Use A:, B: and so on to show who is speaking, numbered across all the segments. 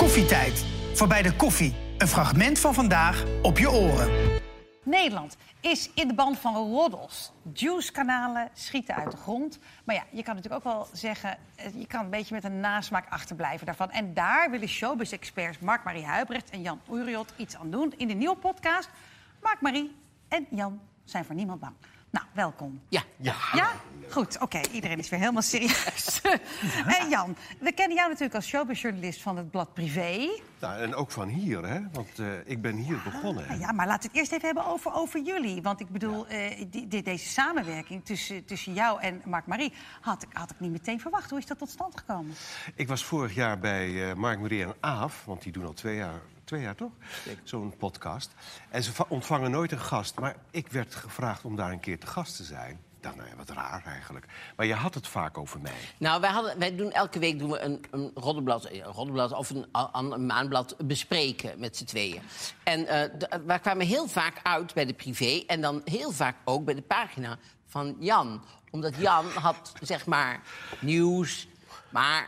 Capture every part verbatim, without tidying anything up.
A: Koffietijd. Voorbij de koffie. Een fragment van vandaag op je oren.
B: Nederland is in de band van roddels. Juice-kanalen schieten uit de grond. Maar ja, je kan natuurlijk ook wel zeggen, je kan een beetje met een nasmaak achterblijven daarvan. En daar willen showbiz-experts Mark-Marie Huibrecht en Jan Uriot iets aan doen. In de nieuwe podcast, Mark-Marie en Jan zijn voor niemand bang. Nou, welkom.
C: Ja. Ja?
B: Ja? Goed, oké. Okay. Iedereen is weer helemaal serieus. En Jan, we kennen jou natuurlijk als showbizjournalist van het blad Privé.
D: Nou, en ook van hier, hè? Want uh, ik ben hier ja, begonnen. Hè?
B: Ja, maar laten we het eerst even hebben over, over jullie. Want ik bedoel, ja. uh, die, die, deze samenwerking tussen, tussen jou en Mark-Marie had ik, had ik niet meteen verwacht. Hoe is dat tot stand gekomen?
D: Ik was vorig jaar bij uh, Mark-Marie en Aaf, want die doen al twee jaar... Twee jaar, toch? Zo'n podcast. En ze ontvangen nooit een gast. Maar ik werd gevraagd om daar een keer te gast te zijn. Ik dacht, nou ja, wat raar eigenlijk. Maar je had het vaak over mij.
C: Nou, wij, hadden, wij doen elke week doen we een, een roddelblad, een roddelblad of een, een maandblad bespreken met z'n tweeën. En uh, de, wij kwamen heel vaak uit bij de Privé en dan heel vaak ook bij de pagina van Jan. Omdat Jan had, zeg maar, nieuws, maar...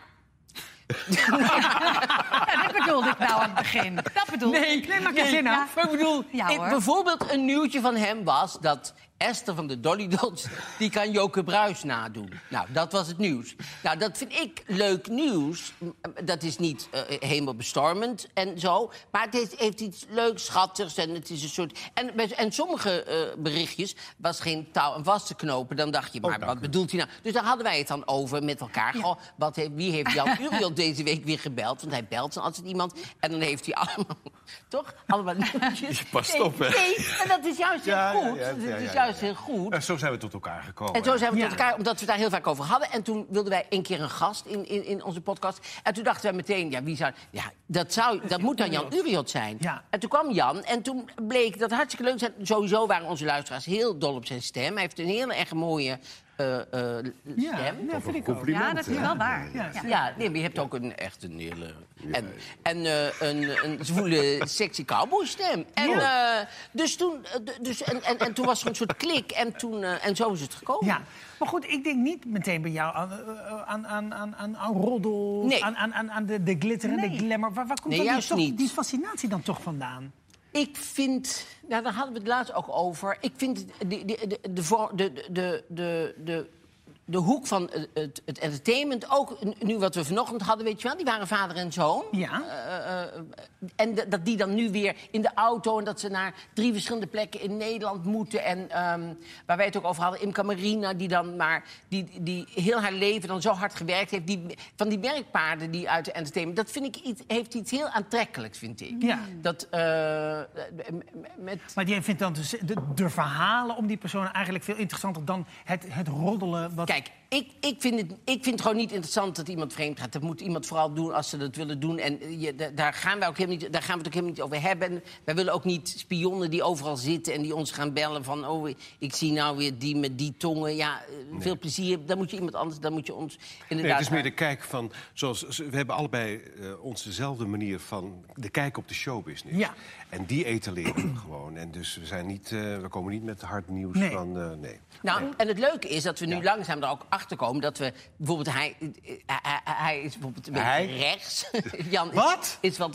B: Ja, dat bedoelde ik nou aan het begin. Dat bedoelde
C: nee,
B: ik. Nee,
C: maar nee, zin ja. Maar ik bedoel,
B: ja,
C: ik, bijvoorbeeld een nieuwtje van hem was dat Esther van de Dolly Dots, die kan Joke Bruis nadoen. Nou, dat was het nieuws. Nou, dat vind ik leuk nieuws. Dat is niet uh, hemelbestormend en zo. Maar het heeft, heeft iets leuks, schattigs en het is een soort... En, en sommige uh, berichtjes was geen touw en vast te knopen. Dan dacht je, maar oh, wat bedoelt hij nou? Dus daar hadden wij het dan over met elkaar. Ja. Goh, wat heeft, wie heeft Jan Uriot deze week weer gebeld? Want hij belt dan altijd iemand. En dan heeft hij allemaal... Toch? Allemaal nieuwtjes.
D: Je past op, hè?
C: Nee, en dat is juist heel
D: ja,
C: goed.
D: Ja, ja, ja, ja,
C: dat is
D: ja,
C: juist
D: ja.
C: heel goed.
D: En zo zijn we tot elkaar gekomen.
C: En zo zijn we
B: ja.
C: tot elkaar, omdat we het daar heel vaak over hadden. En toen wilden wij een keer een gast in, in, in onze podcast. En toen dachten wij meteen, ja, wie zou... Ja, dat, zou, dat moet dan Jan Uriot zijn. Ja. En toen kwam Jan en toen bleek dat hartstikke leuk zijn. Sowieso waren onze luisteraars heel dol op zijn stem. Hij heeft een hele erg mooie... Uh, uh,
B: ja,
C: stem.
B: Ja, vind ik ook. Ja, dat is wel waar.
C: Ja, ja. ja nee, maar je hebt ook een echt een hele... En, en uh, een, een zwoele, sexy cowboystem. En, uh, dus toen, uh, dus, en, en, en toen was er een soort klik en, toen, uh, en zo is het gekomen.
A: Ja, maar goed, ik denk niet meteen bij jou aan, aan, aan, aan, aan, aan roddel,
C: nee.
A: aan, aan, aan de, de glitter en nee. de glamour. Waar, waar komt
C: nee,
A: dan die, toch,
C: niet.
A: die fascinatie dan toch vandaan?
C: Ik vind, nou, daar hadden we het laatst ook over. Ik vind de, de, de, de, de, de, de, de, de hoek van het, het entertainment, ook nu wat we vanochtend hadden, weet je wel, die waren vader en zoon.
A: Ja.
C: Uh, uh, en de, dat die dan nu weer in de auto en dat ze naar drie verschillende plekken in Nederland moeten. En um, waar wij het ook over hadden, Imca Marina, die dan maar die, die heel haar leven dan zo hard gewerkt heeft. Die, van die merkpaarden die uit de entertainment. Dat vind ik iets, heeft iets heel aantrekkelijks, vind ik.
A: Ja.
C: Dat, uh, met...
A: Maar jij vindt dan de, de, de verhalen om die personen eigenlijk veel interessanter dan het, het roddelen. Wat...
C: Kijk, ik, ik, vind het, ik vind het gewoon niet interessant dat iemand vreemd gaat. Dat moet iemand vooral doen als ze dat willen doen. En je, daar, gaan wij ook helemaal niet, daar gaan we het ook helemaal niet over hebben. Wij willen ook niet spionnen die overal zitten en die ons gaan bellen van... oh, ik zie nou weer die met die tongen. Ja, nee. Veel plezier. Dan moet je iemand anders, dan moet je ons inderdaad...
D: Nee, het is meer de kijk van... Zoals, we hebben allebei uh, onzezelfde manier van de kijk op de showbusiness. Ja. En die etaleren we gewoon. En dus we, zijn niet, uh, we komen niet met hard nieuws nee. van... Uh, nee.
C: Nou,
D: nee.
C: En het leuke is dat we nu ja. langzaam er ook achter komen dat we... Bijvoorbeeld, hij, hij, hij is bijvoorbeeld een
D: hij?
C: beetje rechts. Jan
D: wat?
C: Is, is, wat,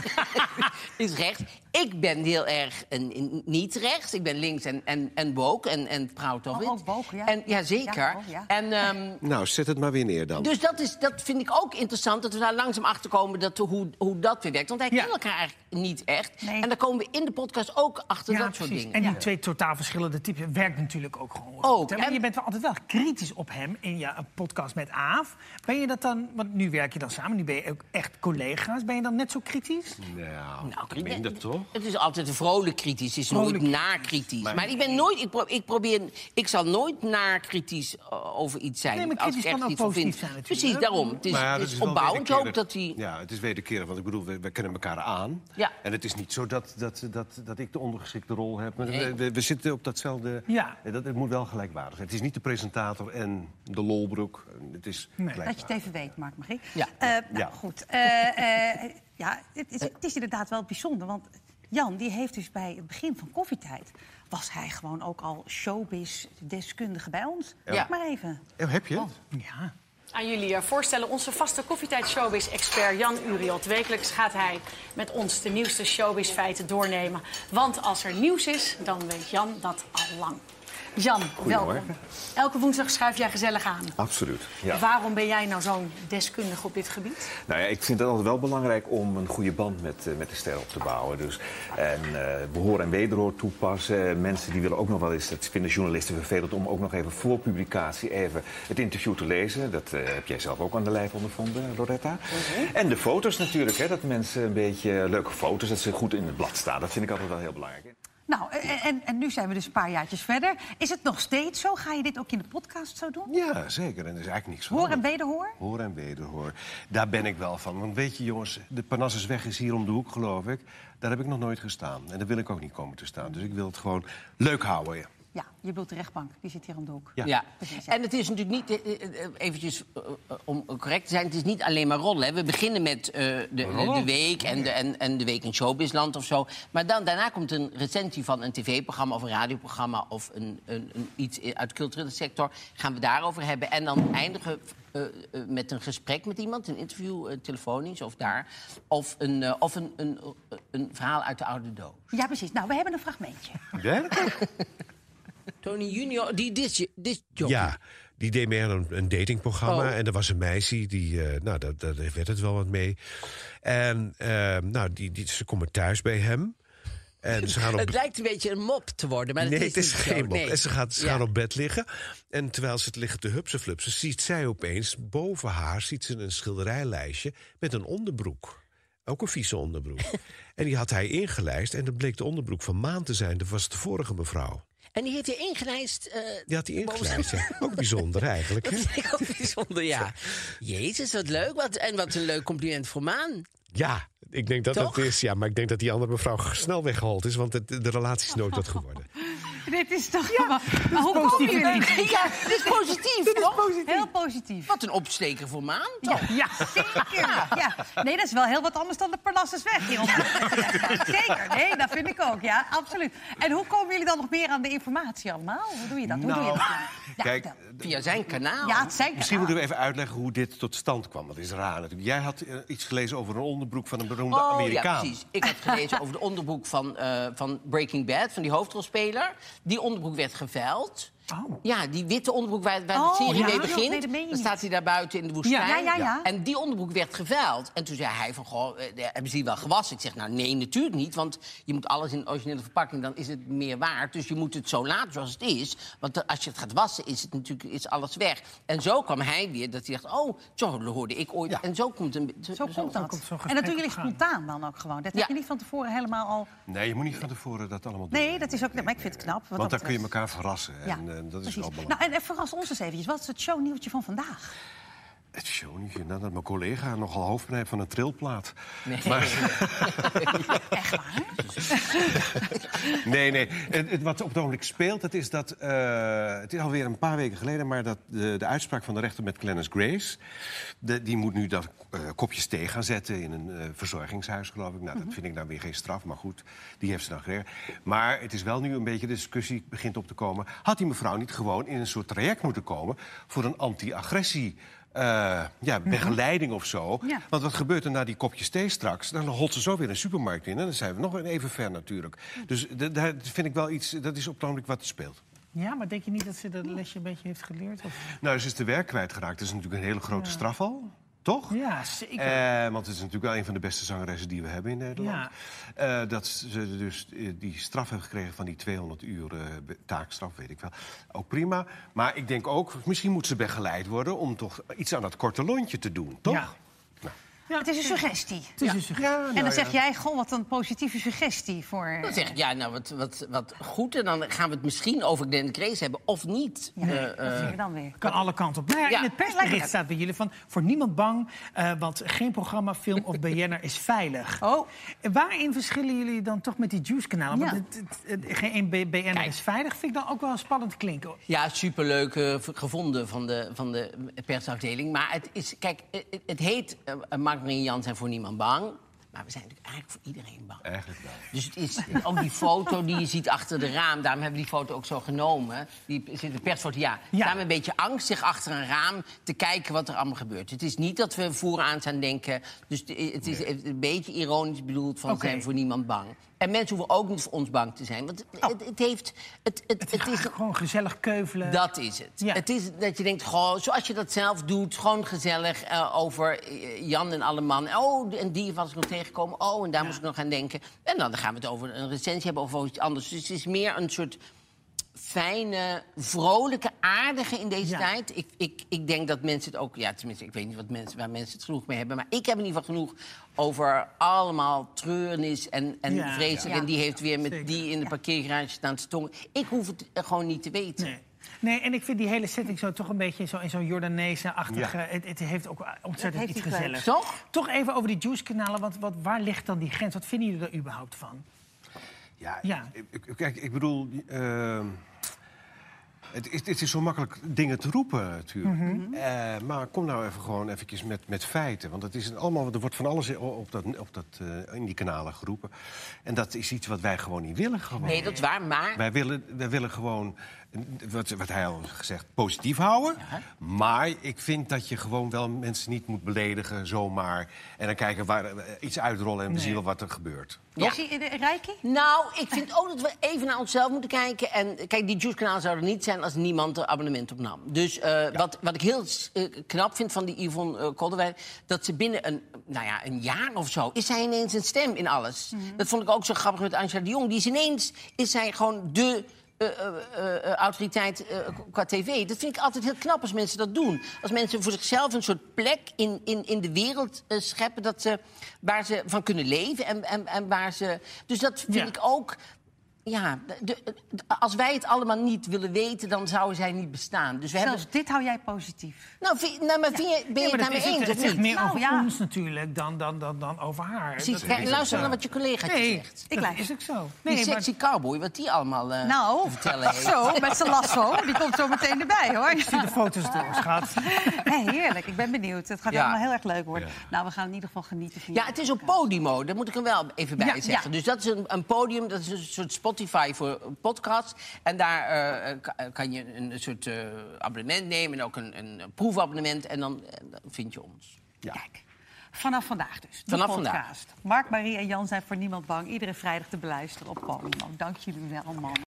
C: is rechts. Ik ben heel erg een, niet rechts. Ik ben links en, en, en woke en, en proud of it.
B: Oh, ook woke, ja.
C: En, ja, zeker.
B: Ja, oh, ja.
C: En, um,
D: nou, zet het maar weer neer dan.
C: Dus dat, is, dat vind ik ook interessant, dat we daar langzaam achter komen dat, hoe, hoe dat weer werkt. Want wij ja. kennen elkaar eigenlijk niet echt. Nee. En dan komen we in de podcast ook achter ja, dat precies. soort dingen.
A: En die
C: ja.
A: twee totaal verschillende typen werkt natuurlijk ook gewoon goed.
C: Ook.
A: En je bent wel altijd wel kritisch op hem in je podcast met Aaf. Ben je dat dan, want nu werk je dan samen, nu ben je ook echt collega's. Ben je dan net zo kritisch?
D: Nou,
C: nou
D: ik ben dat toch?
C: Het is altijd een vrolijk kritisch, het is vrolijk. Nooit na-kritisch. Maar, maar ik ben nooit, ik, pro, ik probeer, ik zal nooit na-kritisch over iets zijn.
A: Nee, maar kritisch kan ook positief zijn natuurlijk.
C: Precies, daarom. Het is,
D: ja,
C: het is,
D: is
C: opbouwend, ik hoop dat hij...
D: Ja, het is wederkerig, want ik bedoel, we, we kennen elkaar aan. Ja. En het is niet zo dat, dat, dat, dat ik de ondergeschikte rol heb. Nee. We, we, we zitten op datzelfde... Ja. Dat, het moet wel gelijkwaardig zijn. Het is niet de presentator en de lolbroek. Het is
B: nee. Dat je het even weet, Mark-Marie.
C: Ja.
B: Uh, nou, ja. goed. Uh, uh, ja, het is, het is inderdaad wel bijzonder, want Jan die heeft dus bij het begin van Koffietijd... was hij gewoon ook al showbiz-deskundige bij ons. Ja. Kijk maar even.
D: Oh, heb je het?
A: Oh. Ja.
E: Aan jullie voorstellen onze vaste koffietijd showbiz-expert Jan Uriot. Wekelijks gaat hij met ons de nieuwste showbiz-feiten doornemen. Want als er nieuws is, dan weet Jan dat al lang. Jan, welkom. Elke woensdag schuif jij gezellig aan.
F: Absoluut, ja.
E: Waarom ben jij nou zo'n deskundige op dit gebied?
F: Nou ja, ik vind het altijd wel belangrijk om een goede band met, uh, met de ster op te bouwen. Dus, en uh, we horen en wederhoor toepassen. Mensen die willen ook nog wel eens, dat vinden journalisten vervelend, om ook nog even voor publicatie even het interview te lezen. Dat uh, heb jij zelf ook aan de lijf ondervonden, Loretta. Mm-hmm. En de foto's natuurlijk, hè, dat mensen een beetje leuke foto's, dat ze goed in het blad staan. Dat vind ik altijd wel heel belangrijk.
B: Nou, en, en nu zijn we dus een paar jaartjes verder. Is het nog steeds zo? Ga je dit ook in de podcast zo doen?
D: Ja, zeker. En er is eigenlijk niks van.
B: Hoor en wederhoor?
D: Hoor en wederhoor. Daar ben ik wel van. Want weet je, jongens, de Parnassusweg is hier om de hoek, geloof ik. Daar heb ik nog nooit gestaan. En daar wil ik ook niet komen te staan. Dus ik wil het gewoon leuk houden, ja.
B: Ja, je bedoelt de rechtbank. Die zit hier om de hoek.
C: Ja. ja. Precies, ja. En het is natuurlijk niet, eventjes uh, om correct te zijn, het is niet alleen maar rollen. Hè. We beginnen met uh, de, de week en de, en, en de week in showbizland of zo. Maar dan, daarna komt een recensie van een tv-programma of een radioprogramma of een, een, een, iets uit de culturele sector. Gaan we daarover hebben. En dan eindigen uh, uh, met een gesprek met iemand, een interview, uh, telefonisch of daar. Of, een, uh, of een, een, een, een verhaal uit de oude doos.
B: Ja, precies. Nou, we hebben een fragmentje.
D: Ja?
C: Tony Junior, die dit, dit job.
G: Ja, die deed mee aan een, een datingprogramma.
C: Oh.
G: En er was een meisje, die, uh, nou, daar, daar werd het wel wat mee. En uh, nou, die, die, ze komen thuis bij hem. En ze gaan op...
C: Het lijkt een beetje een mop te worden, maar
G: nee,
C: het is,
G: het is
C: niet
G: geen
C: zo.
G: mop.
C: Nee.
G: En ze, gaat, ze
C: ja.
G: gaan op bed liggen. En terwijl ze het liggen te hupseflupsen, ziet zij opeens boven haar ziet ze een schilderijlijstje met een onderbroek. Ook een vieze onderbroek. En die had hij ingelijst en dat bleek de onderbroek van Maan te zijn. Dat was de vorige mevrouw.
C: En die heeft hij ingelijst. Uh,
G: die had hij ingelijst, ja. Ook bijzonder eigenlijk.
C: Dat vind ik ook bijzonder, ja. Jezus, wat leuk. Wat, en wat een leuk compliment voor Maan.
G: Ja, ik denk dat
C: Toch?
G: het is. Ja, maar ik denk dat die andere mevrouw snel weggehaald is, want het, de relatie is nooit wat geworden.
B: Dit is toch... Ja, maar, maar hoe komen jullie?
C: Ja, dit is positief, toch?
B: Heel positief.
C: Wat een opsteker voor Maan, toch?
B: Ja, ja, zeker. Ja. Nee, dat is wel heel wat anders dan de Parnassusweg. Die ons zeker, nee, dat vind ik ook, ja, absoluut. En hoe komen jullie dan nog meer aan de informatie allemaal? Hoe doe je dat? Hoe
D: nou,
B: doe je dat? Ja,
D: kijk,
C: via zijn kanaal.
B: Ja, het zijn
D: misschien moeten we even uitleggen hoe dit tot stand kwam. Dat is raar natuurlijk. Jij had uh, iets gelezen over een onderbroek van een beroemde
C: oh,
D: Amerikaan.
C: Ja, precies. Ik had gelezen over de onderbroek van, uh, van Breaking Bad, van die hoofdrolspeler. Die onderbroek werd geveild.
A: Oh.
C: Ja, die witte onderbroek waar, waar
B: Oh,
C: de serie
B: ja?
C: mee begint.
B: Nee, dat meen je
C: dan
B: niet.
C: staat hij daar buiten in de woestijn.
B: Ja, ja, ja.
C: En die onderbroek werd geveild. En toen zei hij van, goh, eh, hebben ze die wel gewassen? Ik zeg, nou nee, natuurlijk niet. Want je moet alles in originele verpakking, dan is het meer waard. Dus je moet het zo laten zoals het is. Want als je het gaat wassen, is het natuurlijk is alles weg. En zo kwam hij weer, dat hij dacht, oh, zo hoorde ik ooit.
D: Ja.
C: En zo komt een...
B: Zo, zo komt dat.
A: komt zo'n
B: En dat doen
A: gesprek
B: jullie
A: op gang.
B: spontaan dan ook gewoon. Dat
C: Ja.
B: heb je niet van tevoren helemaal al...
D: Nee, je moet niet van tevoren dat allemaal doen.
B: Nee, dat is ook... Nee, maar ik vind het knap. wat
D: Want
B: dat
D: dan kun je
B: betreft.
D: elkaar verrassen.
B: Ja,
D: En uh, dat is
B: precies.
D: wel belangrijk.
B: Nou, en, en verras ons eens eventjes. Wat is het shownieuwtje van vandaag?
D: Het shownieuwtje, nou, dat mijn collega nogal hoofdpijn heeft van een trilplaat.
C: Nee.
D: Maar,
B: Echt waar?
D: nee, nee. Het, het, wat op het ogenblik speelt, het is dat... Uh, het is alweer een paar weken geleden, maar dat de, de uitspraak van de rechter met Clarence Grace... De, die moet nu dat uh, kopjes thee gaan zetten in een uh, verzorgingshuis, geloof ik. Nou, dat vind ik nou weer geen straf, maar goed, die heeft ze dan gekregen. Maar het is wel nu een beetje, de discussie begint op te komen... had die mevrouw niet gewoon in een soort traject moeten komen... voor een anti-agressie... Uh, ja, begeleiding of zo.
B: Ja.
D: Want wat gebeurt er na die kopjes thee straks? Dan holt ze zo weer een supermarkt in. En dan zijn we nog even ver natuurlijk. Dus daar vind ik wel iets... Dat is op het ogenblik wat er speelt.
A: Ja, maar denk je niet dat ze dat lesje een beetje heeft geleerd? Of...
D: Nou, ze is de werk kwijtgeraakt. Dat is natuurlijk een hele grote straf al. Toch?
A: Ja, zeker.
D: Eh, want het is natuurlijk wel een van de beste zangeressen die we hebben in Nederland. Ja. Uh, dat ze dus uh, die straf hebben gekregen van die tweehonderd uur uh, taakstraf, weet ik wel. Ook prima. Maar ik denk ook, misschien moet ze begeleid worden... om toch iets aan dat korte lontje te doen, toch?
A: Ja.
B: Ja, het is een suggestie.
A: Het is een suggestie.
D: Ja, nou,
B: En dan zeg
D: ja.
B: jij, goh, wat een positieve suggestie voor...
C: Dan zeg ik, ja, nou, wat, wat, wat goed. En dan gaan we het misschien over Glenn Grace hebben, of niet.
B: Ja,
C: Uh,
B: dat
C: uh,
B: vind ik dan weer.
A: Kan alle kanten op. Nou ja,
C: Ja,
A: in het
B: lijkt
A: persbericht
B: me.
A: staat bij jullie van... voor niemand bang, uh, want geen programma, film of B N R is veilig.
B: Oh.
A: En waarin verschillen jullie dan toch met die Juice-kanalen? Want
B: Ja.
A: het, het, het, geen B N R is veilig vind ik dan ook wel spannend klinken.
C: Ja, superleuk uh, gevonden van de, van de persafdeling. Maar het is, kijk, het, het heet uh, Mark-Marie Jan zijn voor niemand bang. Maar we zijn natuurlijk eigenlijk voor iedereen bang.
D: Eigenlijk wel.
C: Dus het is ook die foto die je ziet achter de raam. Daarom hebben we die foto ook zo genomen. Die zit de persfoto. Ja,
A: Ja.
C: staan we een beetje angstig achter een raam te kijken wat er allemaal gebeurt. Het is niet dat we vooraan zijn denken. Dus de- het is een beetje ironisch bedoeld van
A: Oké.
C: zijn voor niemand bang. En mensen hoeven ook niet voor ons bang te zijn. Want het,
A: Oh.
C: het, het heeft... Het, het,
A: Het,
C: het is
A: gewoon gezellig keuvelen.
C: dat is het.
A: Ja.
C: Het is dat je denkt, goh, zoals je dat zelf doet... gewoon gezellig eh, over eh, Jan en alle man. Oh, en die was ik nog tegengekomen. Oh, en daar moest ik nog aan denken. En dan gaan we het over een recensie hebben of over iets anders. Dus het is meer een soort fijne, vrolijke, aardige in deze
A: Ja.
C: tijd. Ik, ik, ik denk dat mensen het ook... Ja, tenminste, ik weet niet wat mensen, waar mensen het genoeg mee hebben... maar ik heb in ieder geval genoeg over allemaal treurnis en, en
A: Ja.
C: vreselijk.
B: Ja.
C: En die heeft weer met
A: Zeker.
C: die in de parkeergarage staan te tongen. Ik hoef het eh, gewoon niet te weten.
A: Nee. Nee, en ik vind die hele setting zo toch een beetje zo in zo'n Jordaanese-achtige...
D: Ja.
A: Het, het heeft ook ontzettend
B: Het heeft
A: iets
B: iets
A: gezelligs.
C: Toch?
A: Toch even over die Juice-kanalen, want wat, waar ligt dan die grens? Wat vinden jullie er überhaupt van?
D: Ja,
A: Ja.
D: Ik, ik- kijk, ik bedoel... eh, het, is, het is zo makkelijk dingen te roepen, natuurlijk.
A: Mhm.
D: Eh, maar kom nou even gewoon eventjes met, met feiten. Want het is een allemaal, er wordt van alles op dat, op dat, eh, in die kanalen geroepen. En dat is iets wat wij gewoon niet willen. Gewoon.
C: Nee, dat is waar, maar...
D: Wij willen, wij willen gewoon, wat, wat hij al gezegd, positief houden.
C: Ja.
D: Maar ik vind dat je gewoon wel mensen niet moet beledigen zomaar. En dan kijken waar eh, iets uitrollen en we
A: Nee.
D: zien wel wat er gebeurt.
C: Ja.
B: Zie je de Rijkie?
C: Nou, ik vind ook dat we even naar onszelf moeten kijken. En kijk, die Juice-kanaal zou er niet zijn als niemand er abonnement op nam. Dus eh, wat, wat ik heel eh, knap vind van die Yvonne uh, Kolderwijn... dat ze binnen een, nou ja, een jaar of zo... is zij ineens een stem in alles. Dat vond ik ook zo grappig met Angela de Jong. Die is ineens, is zij gewoon de... Uh, uh, uh, autoriteit uh, qua tv. Dat vind ik altijd heel knap als mensen dat doen. Als mensen voor zichzelf een soort plek in, in, in de wereld uh, scheppen... Dat ze, waar ze van kunnen leven en, en, en waar ze... Dus dat vind
A: Ja.
C: ik ook... Ja, de, de- als wij het allemaal niet willen weten, dan zouden zij niet bestaan. Dus we hebben...
B: Zelfs dit hou jij positief.
C: Nou, vind, nou maar vind je, ben je
A: Ja, maar
C: het
A: dat
C: daarmee
A: is-
C: eens
A: het,
C: of
A: het zegt
C: niet?
A: meer
B: Nou,
A: over
B: ja.
A: ons natuurlijk dan, dan, dan, dan over haar.
C: Precies,
A: Dat
C: kijk,
A: is
C: luister
A: ook
C: naar
A: zo.
C: wat je collega
A: Nee,
C: zegt.
B: Ik
A: dat
B: luister.
A: is ook zo.
C: Die
A: Nee, maar
C: sexy cowboy, wat die allemaal uh,
B: Nou,
C: te vertellen heeft.
B: zo, met zijn lasso. Die komt zo meteen erbij, hoor.
A: zie de foto's door, schat.
B: Nee, heerlijk. Ik ben benieuwd. Het gaat
C: Ja.
B: allemaal heel erg leuk worden. Nou, we gaan in ieder geval genieten van
C: Ja, het is op Podimo, daar moet ik er wel even bij
A: Ja,
C: zeggen.
B: ja.
C: Dus dat is een, een podium, dat is een soort Spotify voor podcasts. En daar eh, ka- kan je een, soort eh, abonnement nemen en ook een, een proefabonnement. En dan, eh, dan vind je ons.
B: Kijk, vanaf vandaag dus. De
C: Vanaf
B: podcast.
C: vandaag.
B: Mark, Marie en Jan zijn voor niemand bang. Iedere vrijdag te beluisteren op Podimo. Dank jullie wel, man.